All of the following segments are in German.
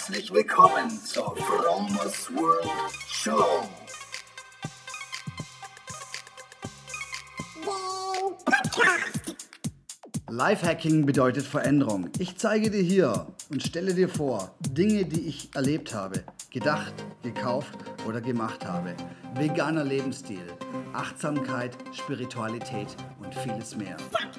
Herzlich willkommen zur Fromers World Show. Lifehacking bedeutet Veränderung. Ich zeige dir hier und stelle dir vor, Dinge, die ich erlebt habe, gedacht, gekauft oder gemacht habe. Veganer Lebensstil, Achtsamkeit, Spiritualität und vieles mehr.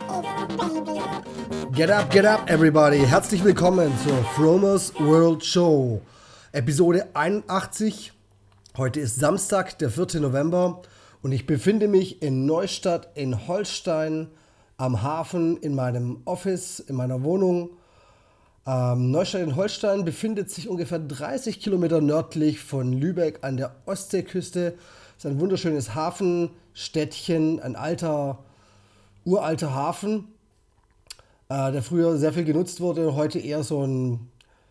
Get up everybody. Herzlich willkommen zur Fromers World Show. Episode 81. Heute ist Samstag, der 4. November und ich befinde mich in Neustadt in Holstein am Hafen in meinem Office, in meiner Wohnung. Neustadt in Holstein befindet sich ungefähr 30 Kilometer nördlich von Lübeck an der Ostseeküste. Es ist ein wunderschönes Hafenstädtchen, ein uralter Hafen, der früher sehr viel genutzt wurde und heute eher so ein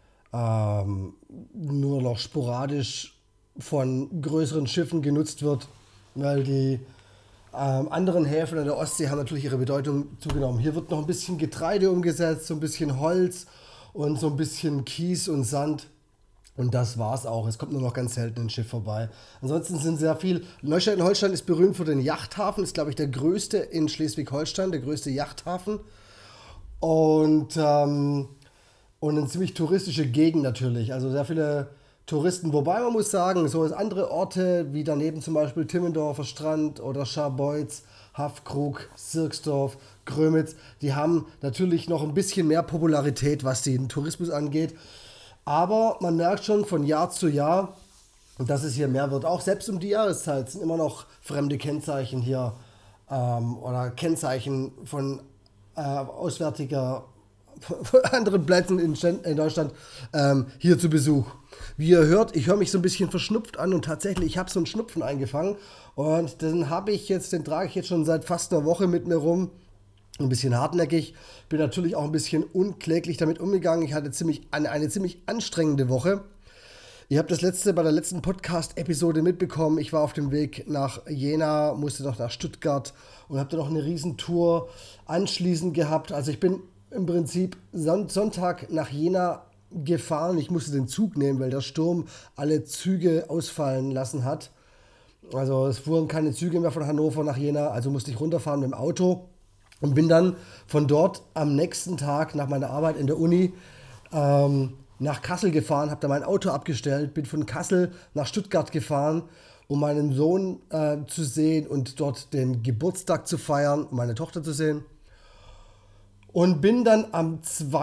nur noch sporadisch von größeren Schiffen genutzt wird, weil die anderen Häfen an der Ostsee haben natürlich ihre Bedeutung zugenommen. Hier wird noch ein bisschen Getreide umgesetzt, so ein bisschen Holz und so ein bisschen Kies und Sand. Und das war's auch. Es kommt nur noch ganz selten ein Schiff vorbei. Ansonsten sind sehr viel. Neustadt in Holstein ist berühmt für den Yachthafen. Ist, glaube ich, der größte in Schleswig-Holstein, der größte Yachthafen. Und eine ziemlich touristische Gegend natürlich. Also sehr viele Touristen, wobei man muss sagen, so andere Orte wie daneben zum Beispiel Timmendorfer Strand oder Scharbeutz, Haffkrug, Sirksdorf, Grömitz, die haben natürlich noch ein bisschen mehr Popularität, was den Tourismus angeht. Aber man merkt schon von Jahr zu Jahr, dass es hier mehr wird. Auch selbst um die Jahreszeit sind immer noch fremde Kennzeichen hier oder Kennzeichen von auswärtiger von anderen Plätzen in Deutschland hier zu Besuch. Wie ihr hört, ich höre mich so ein bisschen verschnupft an und tatsächlich, ich habe so einen Schnupfen eingefangen und den trage ich jetzt schon seit fast einer Woche mit mir rum. Ein bisschen hartnäckig, bin natürlich auch ein bisschen unkläglich damit umgegangen. Ich hatte eine ziemlich anstrengende Woche. Ihr habt bei der letzten Podcast-Episode mitbekommen, ich war auf dem Weg nach Jena, musste noch nach Stuttgart und habe dann noch eine Riesentour anschließend gehabt. Also ich bin im Prinzip Sonntag nach Jena gefahren. Ich musste den Zug nehmen, weil der Sturm alle Züge ausfallen lassen hat. Also es fuhren keine Züge mehr von Hannover nach Jena, also musste ich runterfahren mit dem Auto und bin dann von dort am nächsten Tag nach meiner Arbeit in der Uni nach Kassel gefahren, habe da mein Auto abgestellt, bin von Kassel nach Stuttgart gefahren, um meinen Sohn zu sehen und dort den Geburtstag zu feiern, um meine Tochter zu sehen. Und bin dann am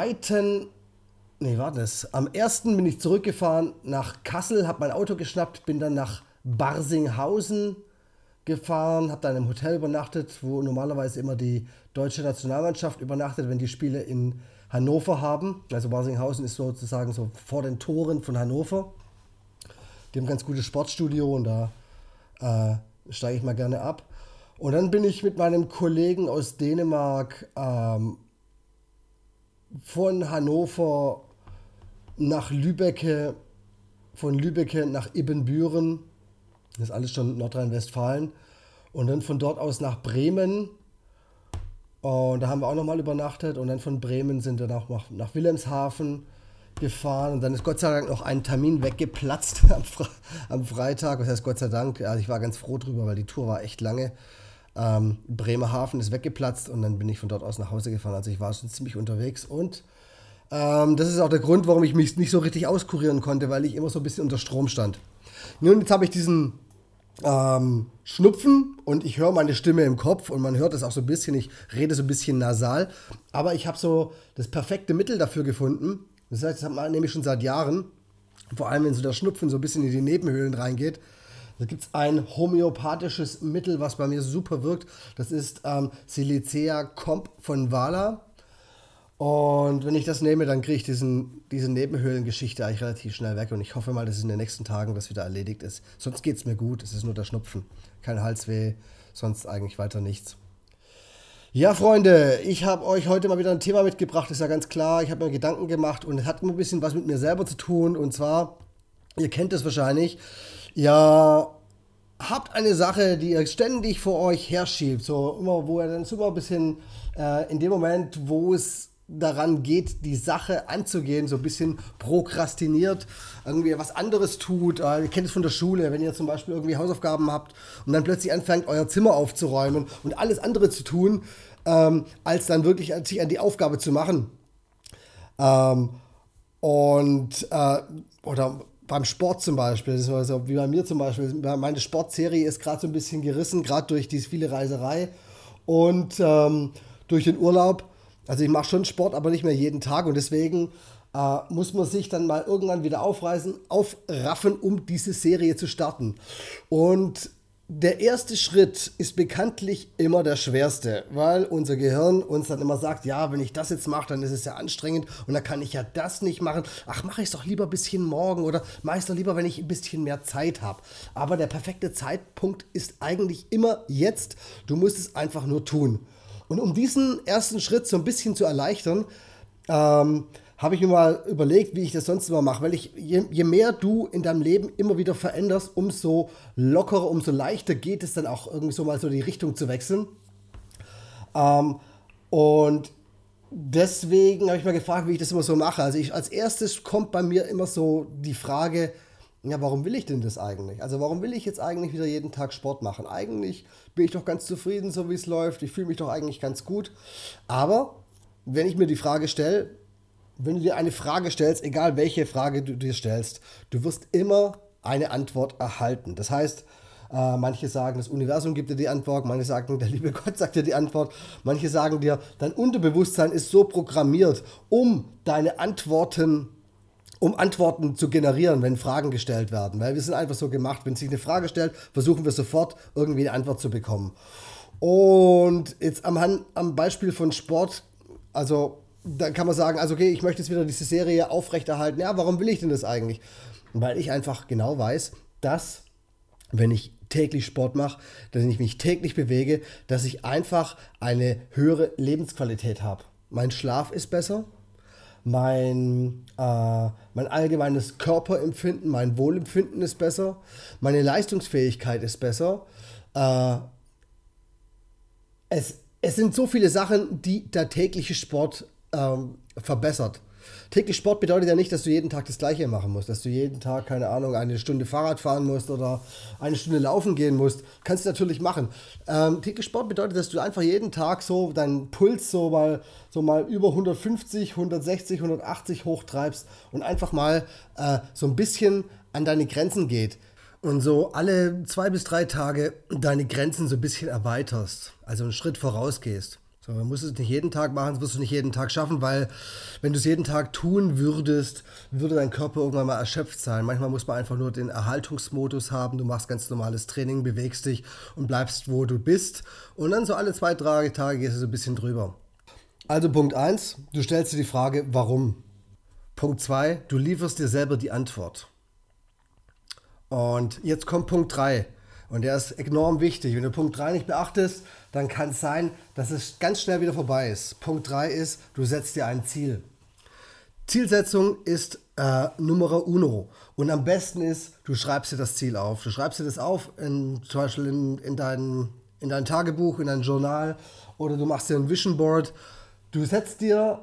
1. bin ich zurückgefahren nach Kassel, habe mein Auto geschnappt, bin dann nach Barsinghausen gefahren, habe dann im Hotel übernachtet, wo normalerweise immer die deutsche Nationalmannschaft übernachtet, wenn die Spiele in Hannover haben. Also Barsinghausen ist sozusagen so vor den Toren von Hannover. Die haben ein ganz gutes Sportstudio und da steige ich mal gerne ab. Und dann bin ich mit meinem Kollegen aus Dänemark von Hannover nach Lübbecke, von Lübbecke nach Ibbenbüren, das ist alles schon Nordrhein-Westfalen, und dann von dort aus nach Bremen, und da haben wir auch nochmal übernachtet, und dann von Bremen sind wir nach Wilhelmshaven gefahren, und dann ist Gott sei Dank noch ein Termin weggeplatzt am Freitag, was heißt Gott sei Dank, also ich war ganz froh drüber, weil die Tour war echt lange. Bremerhaven ist weggeplatzt und dann bin ich von dort aus nach Hause gefahren. Also ich war schon ziemlich unterwegs und das ist auch der Grund, warum ich mich nicht so richtig auskurieren konnte, weil ich immer so ein bisschen unter Strom stand. Nun, jetzt habe ich diesen Schnupfen und ich höre meine Stimme im Kopf und man hört es auch so ein bisschen, ich rede so ein bisschen nasal, aber ich habe so das perfekte Mittel dafür gefunden. Das heißt, das hat man nämlich schon seit Jahren, vor allem wenn so der Schnupfen so ein bisschen in die Nebenhöhlen reingeht. Da gibt es ein homöopathisches Mittel, was bei mir super wirkt. Das ist Silicea Comp von Wala. Und wenn ich das nehme, dann kriege ich diese Nebenhöhlengeschichte eigentlich relativ schnell weg. Und ich hoffe mal, dass in den nächsten Tagen das wieder erledigt ist. Sonst geht es mir gut. Es ist nur der Schnupfen. Kein Halsweh, sonst eigentlich weiter nichts. Ja, Freunde, ich habe euch heute mal wieder ein Thema mitgebracht. Ist ja ganz klar. Ich habe mir Gedanken gemacht und es hat immer ein bisschen was mit mir selber zu tun. Und zwar, ihr kennt es wahrscheinlich, ihr habt eine Sache, die ihr ständig vor euch herschiebt, so immer, wo ihr dann so immer ein bisschen in dem Moment, wo es daran geht, die Sache anzugehen, so ein bisschen prokrastiniert, irgendwie was anderes tut. Ihr kennt es von der Schule, wenn ihr zum Beispiel irgendwie Hausaufgaben habt und dann plötzlich anfängt, euer Zimmer aufzuräumen und alles andere zu tun, als dann wirklich sich an die Aufgabe zu machen. Oder beim Sport zum Beispiel, das war so wie bei mir zum Beispiel, meine Sportserie ist gerade so ein bisschen gerissen, gerade durch die viele Reiserei und durch den Urlaub. Also ich mache schon Sport, aber nicht mehr jeden Tag und deswegen muss man sich dann mal irgendwann wieder aufraffen, um diese Serie zu starten. Und der erste Schritt ist bekanntlich immer der schwerste, weil unser Gehirn uns dann immer sagt, ja, wenn ich das jetzt mache, dann ist es ja anstrengend und dann kann ich ja das nicht machen. Ach, mache ich es doch lieber ein bisschen morgen oder mache ich es doch lieber, wenn ich ein bisschen mehr Zeit habe. Aber der perfekte Zeitpunkt ist eigentlich immer jetzt. Du musst es einfach nur tun. Und um diesen ersten Schritt so ein bisschen zu erleichtern, habe ich mir mal überlegt, wie ich das sonst immer mache. Weil je mehr du in deinem Leben immer wieder veränderst, umso lockerer, umso leichter geht es dann auch irgendwie so mal so die Richtung zu wechseln. Und deswegen habe ich mal gefragt, wie ich das immer so mache. Also als erstes kommt bei mir immer so die Frage, ja, warum will ich denn das eigentlich? Also warum will ich jetzt eigentlich wieder jeden Tag Sport machen? Eigentlich bin ich doch ganz zufrieden, so wie es läuft. Ich fühle mich doch eigentlich ganz gut. Aber wenn ich mir die Frage stelle, wenn du dir eine Frage stellst, egal welche Frage du dir stellst, du wirst immer eine Antwort erhalten. Das heißt, manche sagen, das Universum gibt dir die Antwort, manche sagen, der liebe Gott sagt dir die Antwort, manche sagen dir, dein Unterbewusstsein ist so programmiert, um Antworten zu generieren, wenn Fragen gestellt werden. Weil wir sind einfach so gemacht, wenn sich eine Frage stellt, versuchen wir sofort irgendwie eine Antwort zu bekommen. Und jetzt am Beispiel von Sport, also da kann man sagen, also okay, ich möchte jetzt wieder diese Serie aufrechterhalten. Ja, warum will ich denn das eigentlich? Weil ich einfach genau weiß, dass, wenn ich täglich Sport mache, dass ich mich täglich bewege, dass ich einfach eine höhere Lebensqualität habe. Mein Schlaf ist besser, mein allgemeines Körperempfinden, mein Wohlempfinden ist besser, meine Leistungsfähigkeit ist besser. Es sind so viele Sachen, die der tägliche Sport verbessert. Täglich Sport bedeutet ja nicht, dass du jeden Tag das Gleiche machen musst, dass du jeden Tag, keine Ahnung, eine Stunde Fahrrad fahren musst oder eine Stunde laufen gehen musst. Kannst du natürlich machen. Täglich Sport bedeutet, dass du einfach jeden Tag so deinen Puls so mal über 150, 160, 180 hochtreibst und einfach mal so ein bisschen an deine Grenzen geht. Und so alle 2 bis 3 Tage deine Grenzen so ein bisschen erweiterst, also einen Schritt vorausgehst. So, man muss es nicht jeden Tag machen, das wirst du nicht jeden Tag schaffen, weil wenn du es jeden Tag tun würdest, würde dein Körper irgendwann mal erschöpft sein. Manchmal muss man einfach nur den Erhaltungsmodus haben, du machst ganz normales Training, bewegst dich und bleibst, wo du bist. Und dann so alle 2, 3 Tage gehst du so ein bisschen drüber. Also Punkt 1, du stellst dir die Frage, warum? Punkt 2, du lieferst dir selber die Antwort. Und jetzt kommt Punkt 3 und der ist enorm wichtig. Wenn du Punkt 3 nicht beachtest, dann kann es sein, dass es ganz schnell wieder vorbei ist. Punkt 3 ist, du setzt dir ein Ziel. Zielsetzung ist Numero uno. Und am besten ist, du schreibst dir das Ziel auf. Du schreibst dir das auf, zum Beispiel in dein Tagebuch, in dein Journal oder du machst dir ein Vision Board. Du setzt dir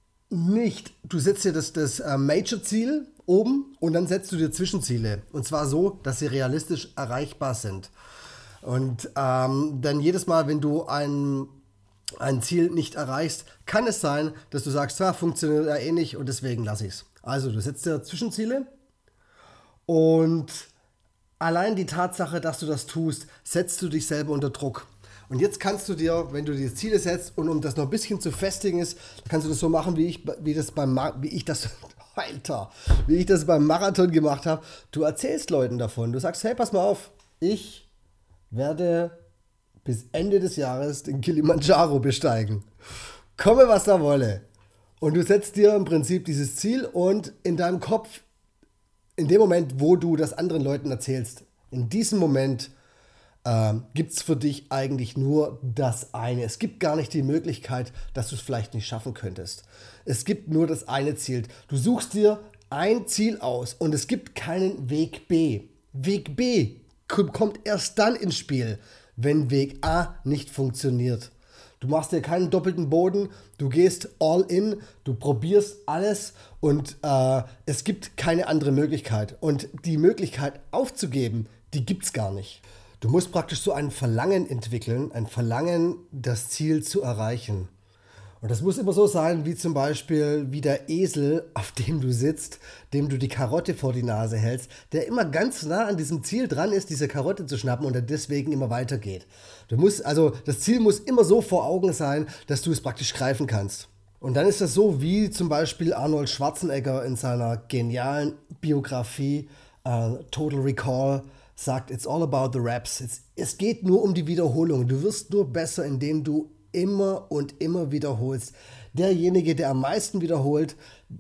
das Major-Ziel oben und dann setzt du dir Zwischenziele. Und zwar so, dass sie realistisch erreichbar sind. Und dann jedes Mal, wenn du ein Ziel nicht erreichst, kann es sein, dass du sagst, funktioniert ja eh nicht und deswegen lasse ich es. Also du setzt dir Zwischenziele und allein die Tatsache, dass du das tust, setzt du dich selber unter Druck. Und jetzt kannst du dir, wenn du dir Ziele setzt und um das noch ein bisschen zu festigen ist, kannst du das so machen, wie ich das beim Marathon gemacht habe. Du erzählst Leuten davon. Du sagst, hey, pass mal auf, ich werde bis Ende des Jahres den Kilimanjaro besteigen. Komme, was da wolle. Und du setzt dir im Prinzip dieses Ziel und in deinem Kopf, in dem Moment, wo du das anderen Leuten erzählst, in diesem Moment gibt es für dich eigentlich nur das eine. Es gibt gar nicht die Möglichkeit, dass du es vielleicht nicht schaffen könntest. Es gibt nur das eine Ziel. Du suchst dir ein Ziel aus und es gibt keinen Weg B. Weg B kommt erst dann ins Spiel, wenn Weg A nicht funktioniert. Du machst dir keinen doppelten Boden, du gehst all in, du probierst alles und es gibt keine andere Möglichkeit. Und die Möglichkeit aufzugeben, die gibt es gar nicht. Du musst praktisch so ein Verlangen entwickeln, ein Verlangen, das Ziel zu erreichen. Und das muss immer so sein, wie zum Beispiel wie der Esel, auf dem du sitzt, dem du die Karotte vor die Nase hältst, der immer ganz nah an diesem Ziel dran ist, diese Karotte zu schnappen und der deswegen immer weitergeht. Das Ziel muss immer so vor Augen sein, dass du es praktisch greifen kannst. Und dann ist das so, wie zum Beispiel Arnold Schwarzenegger in seiner genialen Biografie Total Recall sagt, it's all about the reps. Es geht nur um die Wiederholung. Du wirst nur besser, indem du immer und immer wiederholst. Derjenige, der am meisten wiederholt,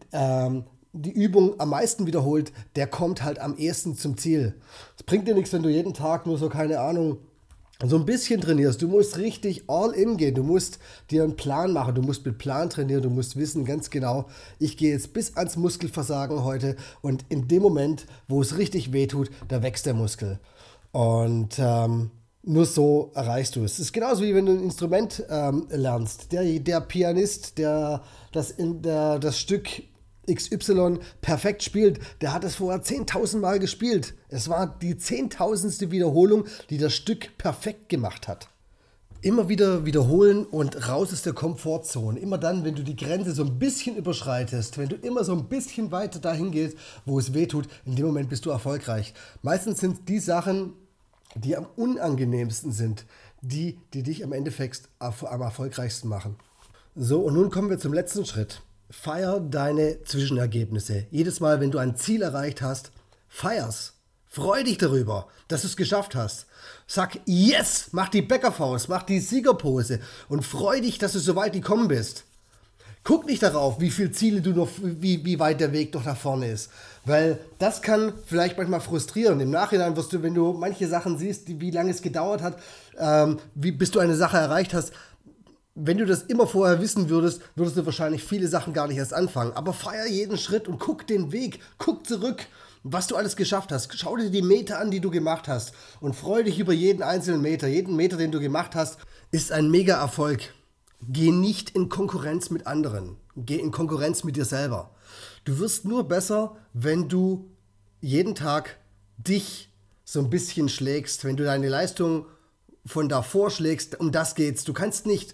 die Übung am meisten wiederholt, der kommt halt am ehesten zum Ziel. Es bringt dir nichts, wenn du jeden Tag nur so, keine Ahnung, so ein bisschen trainierst. Du musst richtig all in gehen. Du musst dir einen Plan machen. Du musst mit Plan trainieren. Du musst wissen ganz genau, ich gehe jetzt bis ans Muskelversagen heute und in dem Moment, wo es richtig wehtut, da wächst der Muskel. Und nur so erreichst du es. Es ist genauso wie wenn du ein Instrument lernst. Der Pianist, der das Stück XY perfekt spielt, der hat es vorher 10.000 Mal gespielt. Es war die 10.000ste Wiederholung, die das Stück perfekt gemacht hat. Immer wieder wiederholen und raus aus der Komfortzone. Immer dann, wenn du die Grenze so ein bisschen überschreitest, wenn du immer so ein bisschen weiter dahin gehst, wo es weh tut, in dem Moment bist du erfolgreich. Meistens sind die Sachen, die am unangenehmsten sind, die dich am Endeffekt am erfolgreichsten machen. So, und nun kommen wir zum letzten Schritt. Feier deine Zwischenergebnisse. Jedes Mal, wenn du ein Ziel erreicht hast, feier's. Freu dich darüber, dass du es geschafft hast. Sag yes, mach die Bäckerfaust, mach die Siegerpose und freu dich, dass du so weit gekommen bist. Guck nicht darauf, wie viele Ziele du noch, wie weit der Weg noch nach vorne ist. Weil das kann vielleicht manchmal frustrieren. Im Nachhinein wirst du, wenn du manche Sachen siehst, wie lange es gedauert hat, bis du eine Sache erreicht hast, wenn du das immer vorher wissen würdest, würdest du wahrscheinlich viele Sachen gar nicht erst anfangen. Aber feier jeden Schritt und guck den Weg, guck zurück, was du alles geschafft hast. Schau dir die Meter an, die du gemacht hast und freu dich über jeden einzelnen Meter. Jeden Meter, den du gemacht hast, ist ein Mega-Erfolg. Geh nicht in Konkurrenz mit anderen. Geh in Konkurrenz mit dir selber. Du wirst nur besser, wenn du jeden Tag dich so ein bisschen schlägst, wenn du deine Leistung von davor schlägst. Um das geht's. Du kannst nicht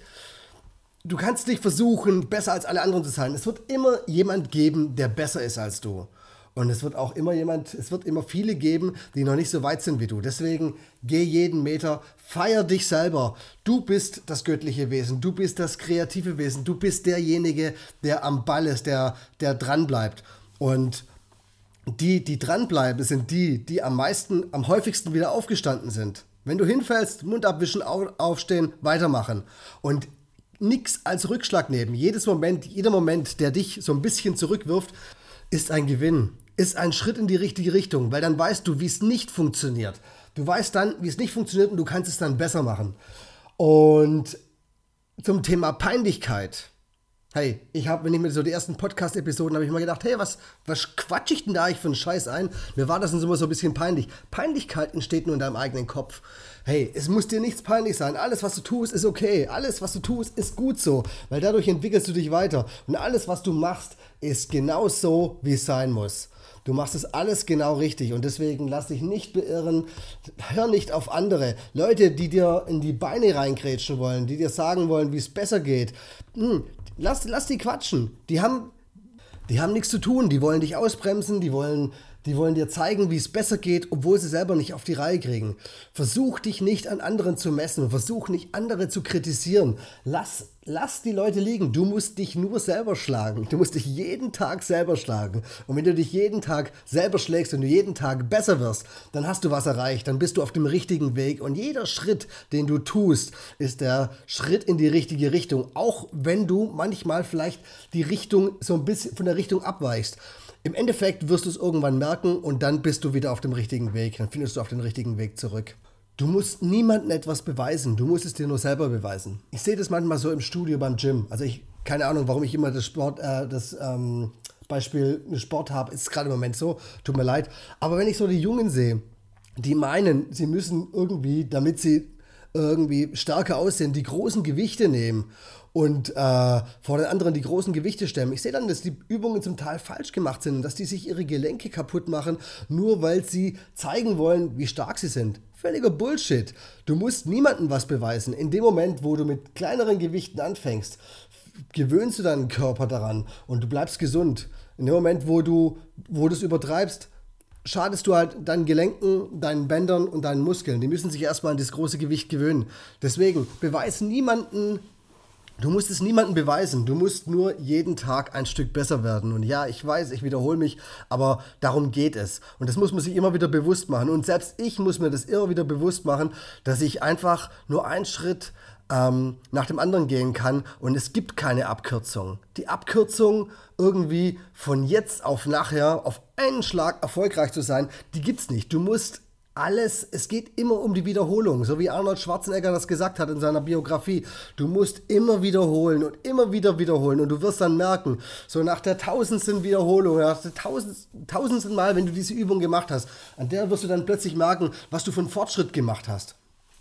versuchen, besser als alle anderen zu sein. Es wird immer jemand geben, der besser ist als du. Und es wird immer viele geben, die noch nicht so weit sind wie du. Deswegen geh jeden Meter, feier dich selber. Du bist das göttliche Wesen, du bist das kreative Wesen, du bist derjenige, der am Ball ist, der dran bleibt. Und die dranbleiben, sind die am häufigsten wieder aufgestanden sind. Wenn du hinfällst, Mund abwischen, aufstehen, weitermachen. Und nichts als Rückschlag nehmen. Jeder Moment, der dich so ein bisschen zurückwirft, ist ein Gewinn. Ist ein Schritt in die richtige Richtung, weil dann weißt du, wie es nicht funktioniert. Du weißt dann, wie es nicht funktioniert und du kannst es dann besser machen. Und zum Thema Peinlichkeit. Hey, wenn ich mir so die ersten Podcast-Episoden, habe ich immer gedacht, hey, was quatsch ich denn da eigentlich für einen Scheiß ein? Mir war das immer so ein bisschen peinlich. Peinlichkeit entsteht nur in deinem eigenen Kopf. Hey, es muss dir nichts peinlich sein. Alles, was du tust, ist okay. Alles, was du tust, ist gut so. Weil dadurch entwickelst du dich weiter. Und alles, was du machst, ist genau so, wie es sein muss. Du machst es alles genau richtig und deswegen lass dich nicht beirren, hör nicht auf andere. Leute, die dir in die Beine reingrätschen wollen, die dir sagen wollen, wie es besser geht, lass die quatschen. Die haben nichts zu tun, die wollen dich ausbremsen, die wollen dir zeigen, wie es besser geht, obwohl sie selber nicht auf die Reihe kriegen. Versuch dich nicht an anderen zu messen, versuch nicht andere zu kritisieren. Lass die Leute liegen. Du musst dich nur selber schlagen. Du musst dich jeden Tag selber schlagen. Und wenn du dich jeden Tag selber schlägst und du jeden Tag besser wirst, dann hast du was erreicht. Dann bist du auf dem richtigen Weg. Und jeder Schritt, den du tust, ist der Schritt in die richtige Richtung. Auch wenn du manchmal vielleicht die Richtung so ein bisschen von der Richtung abweichst. Im Endeffekt wirst du es irgendwann merken und dann bist du wieder auf dem richtigen Weg. Dann findest du auf den richtigen Weg zurück. Du musst niemandem etwas beweisen, du musst es dir nur selber beweisen. Ich sehe das manchmal so im Studio beim Gym. Also keine Ahnung, warum ich immer das Beispiel Sport habe, ist gerade im Moment so, tut mir leid. Aber wenn ich so die Jungen sehe, die meinen, sie müssen irgendwie, damit sie irgendwie stärker aussehen, die großen Gewichte nehmen und vor den anderen die großen Gewichte stemmen. Ich sehe dann, dass die Übungen zum Teil falsch gemacht sind und dass die sich ihre Gelenke kaputt machen, nur weil sie zeigen wollen, wie stark sie sind. Völliger Bullshit. Du musst niemandem was beweisen. In dem Moment, wo du mit kleineren Gewichten anfängst, gewöhnst du deinen Körper daran und du bleibst gesund. In dem Moment, wo du es übertreibst, schadest du halt deinen Gelenken, deinen Bändern und deinen Muskeln. Die müssen sich erstmal an das große Gewicht gewöhnen. Deswegen, beweis niemanden. Du musst es niemandem beweisen, du musst nur jeden Tag ein Stück besser werden. Und ja, ich weiß, ich wiederhole mich, aber darum geht es. Und das muss man sich immer wieder bewusst machen. Und selbst ich muss mir das immer wieder bewusst machen, dass ich einfach nur einen Schritt nach dem anderen gehen kann und es gibt keine Abkürzung. Die Abkürzung irgendwie von jetzt auf nachher auf einen Schlag erfolgreich zu sein, die gibt's nicht. Du musst es geht immer um die Wiederholung, so wie Arnold Schwarzenegger das gesagt hat in seiner Biografie. Du musst immer wiederholen und immer wieder wiederholen und du wirst dann merken, so nach der tausendsten Wiederholung, nach der tausendsten Mal, wenn du diese Übung gemacht hast, an der wirst du dann plötzlich merken, was du für einen Fortschritt gemacht hast.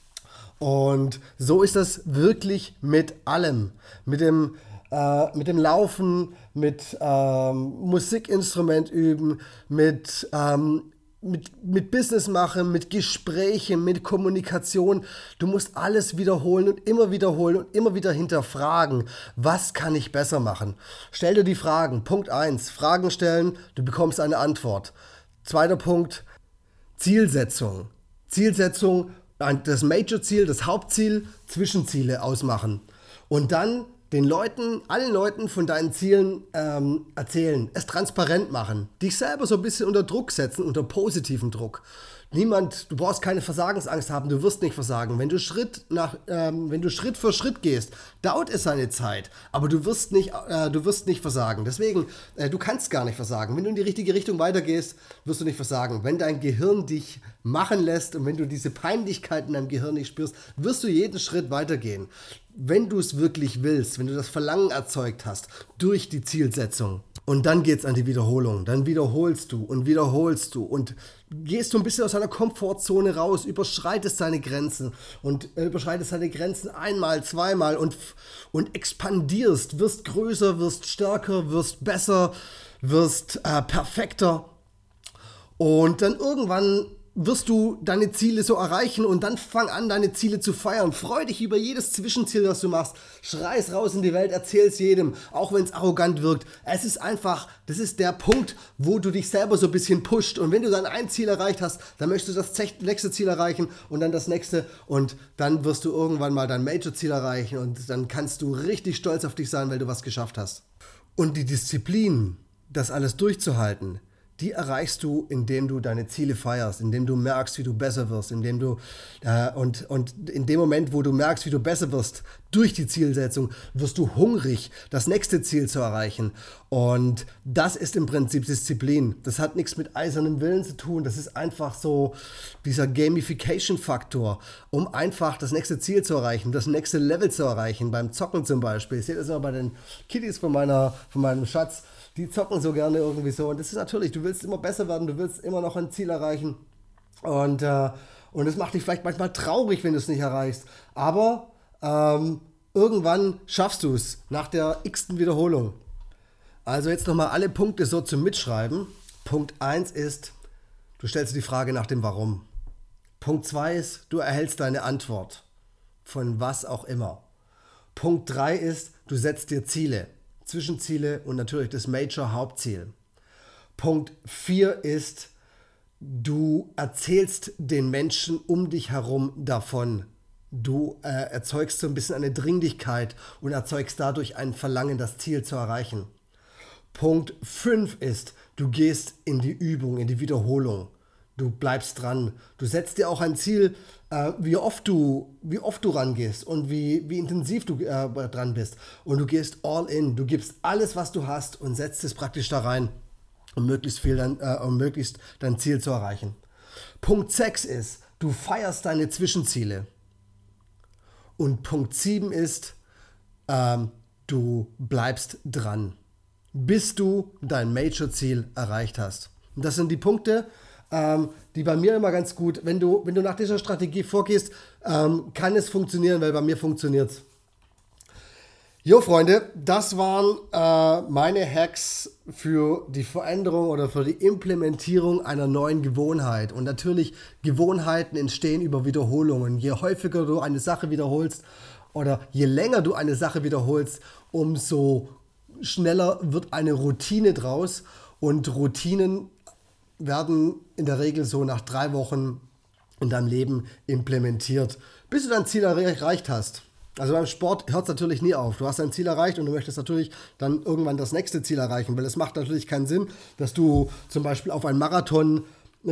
Und so ist das wirklich mit allem, mit dem Laufen, mit Musikinstrument üben, mit Business machen, mit Gesprächen, mit Kommunikation. Du musst alles wiederholen und immer wieder hinterfragen. Was kann ich besser machen? Stell dir die Fragen. Punkt 1, Fragen stellen, du bekommst eine Antwort. Zweiter Punkt, Zielsetzung. Das Major-Ziel, das Hauptziel, Zwischenziele ausmachen. Und dann allen Leuten von deinen Zielen erzählen, es transparent machen, dich selber so ein bisschen unter Druck setzen, unter positiven Druck. Du brauchst keine Versagensangst haben, du wirst nicht versagen. Wenn du Schritt für Schritt gehst, dauert es seine Zeit, aber du wirst nicht versagen. Deswegen, du kannst gar nicht versagen. Wenn du in die richtige Richtung weitergehst, wirst du nicht versagen. Wenn dein Gehirn dich machen lässt und wenn du diese Peinlichkeit in deinem Gehirn nicht spürst, wirst du jeden Schritt weitergehen. Wenn du es wirklich willst, wenn du das Verlangen erzeugt hast, durch die Zielsetzung. Und dann geht's an die Wiederholung. Dann wiederholst du und gehst du ein bisschen aus deiner Komfortzone raus, überschreitest deine Grenzen einmal, zweimal und expandierst, wirst größer, wirst stärker, wirst besser, wirst perfekter. Und dann irgendwann wirst du deine Ziele so erreichen und dann fang an, deine Ziele zu feiern. Freu dich über jedes Zwischenziel, das du machst. Schrei es raus in die Welt, erzähl es jedem, auch wenn es arrogant wirkt. Es ist einfach, das ist der Punkt, wo du dich selber so ein bisschen pusht. Und wenn du dann ein Ziel erreicht hast, dann möchtest du das nächste Ziel erreichen und dann das nächste. Und dann wirst du irgendwann mal dein Major-Ziel erreichen und dann kannst du richtig stolz auf dich sein, weil du was geschafft hast. Und die Disziplin, das alles durchzuhalten, die erreichst du, indem du deine Ziele feierst, indem du merkst, wie du besser wirst, indem du und in dem Moment, wo du merkst, wie du besser wirst, durch die Zielsetzung, wirst du hungrig, das nächste Ziel zu erreichen. Und das ist im Prinzip Disziplin. Das hat nichts mit eisernem Willen zu tun. Das ist einfach so dieser Gamification-Faktor, um einfach das nächste Ziel zu erreichen, das nächste Level zu erreichen. Beim Zocken zum Beispiel. Ich sehe das immer bei den Kiddies von meinem Schatz. Die zocken so gerne irgendwie so. Und das ist natürlich, du willst immer besser werden, du willst immer noch ein Ziel erreichen. Und es macht dich vielleicht manchmal traurig, wenn du es nicht erreichst. Aber irgendwann schaffst du es nach der x-ten Wiederholung. Also jetzt nochmal alle Punkte so zum Mitschreiben. Punkt 1 ist, du stellst dir die Frage nach dem Warum. Punkt 2 ist, du erhältst deine Antwort. Von was auch immer. Punkt 3 ist, du setzt dir Ziele. Zwischenziele und natürlich das Major-Hauptziel. Punkt 4 ist, du erzählst den Menschen um dich herum davon. Du erzeugst so ein bisschen eine Dringlichkeit und erzeugst dadurch ein Verlangen, das Ziel zu erreichen. Punkt 5 ist, du gehst in die Übung, in die Wiederholung. Du bleibst dran. Du setzt dir auch ein Ziel, wie oft du rangehst und wie intensiv du dran bist. Und du gehst all in. Du gibst alles, was du hast und setzt es praktisch da rein, um möglichst dein Ziel zu erreichen. Punkt 6 ist, du feierst deine Zwischenziele. Und Punkt 7 ist, du bleibst dran, bis du dein Major-Ziel erreicht hast. Und das sind die Punkte, die bei mir immer ganz gut, wenn du nach dieser Strategie vorgehst, kann es funktionieren, weil bei mir funktioniert es. Jo, Freunde, das waren meine Hacks für die Veränderung oder für die Implementierung einer neuen Gewohnheit. Und natürlich, Gewohnheiten entstehen über Wiederholungen. Je häufiger du eine Sache wiederholst oder je länger du eine Sache wiederholst, umso schneller wird eine Routine draus. Und Routinen werden in der Regel so nach 3 Wochen in deinem Leben implementiert, bis du dein Ziel erreicht hast. Also beim Sport hört es natürlich nie auf. Du hast dein Ziel erreicht und du möchtest natürlich dann irgendwann das nächste Ziel erreichen, weil es macht natürlich keinen Sinn, dass du zum Beispiel auf einen Marathon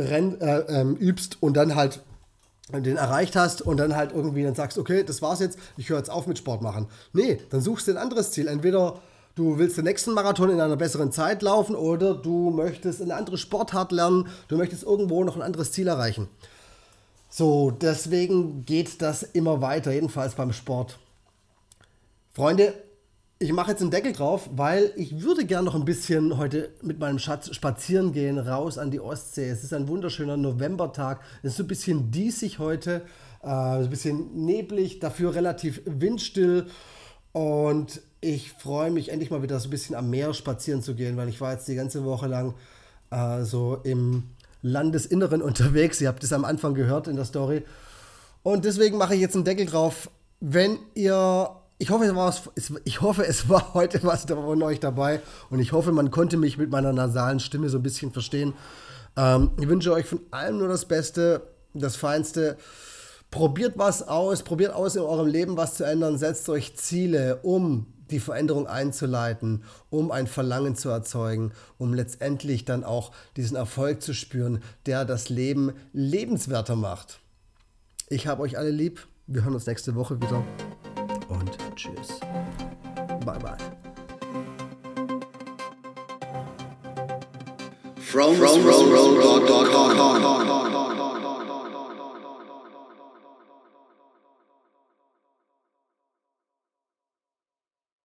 übst und dann halt den erreicht hast und dann halt irgendwie dann sagst, okay, das war's jetzt, ich höre jetzt auf mit Sport machen. Nee, dann suchst du ein anderes Ziel. Entweder du willst den nächsten Marathon in einer besseren Zeit laufen oder du möchtest eine andere Sportart lernen, du möchtest irgendwo noch ein anderes Ziel erreichen. So, deswegen geht das immer weiter, jedenfalls beim Sport. Freunde, ich mache jetzt einen Deckel drauf, weil ich würde gerne noch ein bisschen heute mit meinem Schatz spazieren gehen, raus an die Ostsee. Es ist ein wunderschöner Novembertag, es ist so ein bisschen diesig heute, ein bisschen neblig, dafür relativ windstill und ich freue mich endlich mal wieder so ein bisschen am Meer spazieren zu gehen, weil ich war jetzt die ganze Woche lang so im Landesinneren unterwegs. Ihr habt es am Anfang gehört in der Story. Und deswegen mache ich jetzt einen Deckel drauf. Wenn ihr, ich hoffe, es war heute was von euch dabei und ich hoffe, man konnte mich mit meiner nasalen Stimme so ein bisschen verstehen. Ich wünsche euch von allem nur das Beste, das Feinste. Probiert was aus, probiert aus, in eurem Leben was zu ändern. Setzt euch Ziele, um die Veränderung einzuleiten, um ein Verlangen zu erzeugen, um letztendlich dann auch diesen Erfolg zu spüren, der das Leben lebenswerter macht. Ich habe euch alle lieb. Wir hören uns nächste Woche wieder. Und tschüss. Bye, bye. From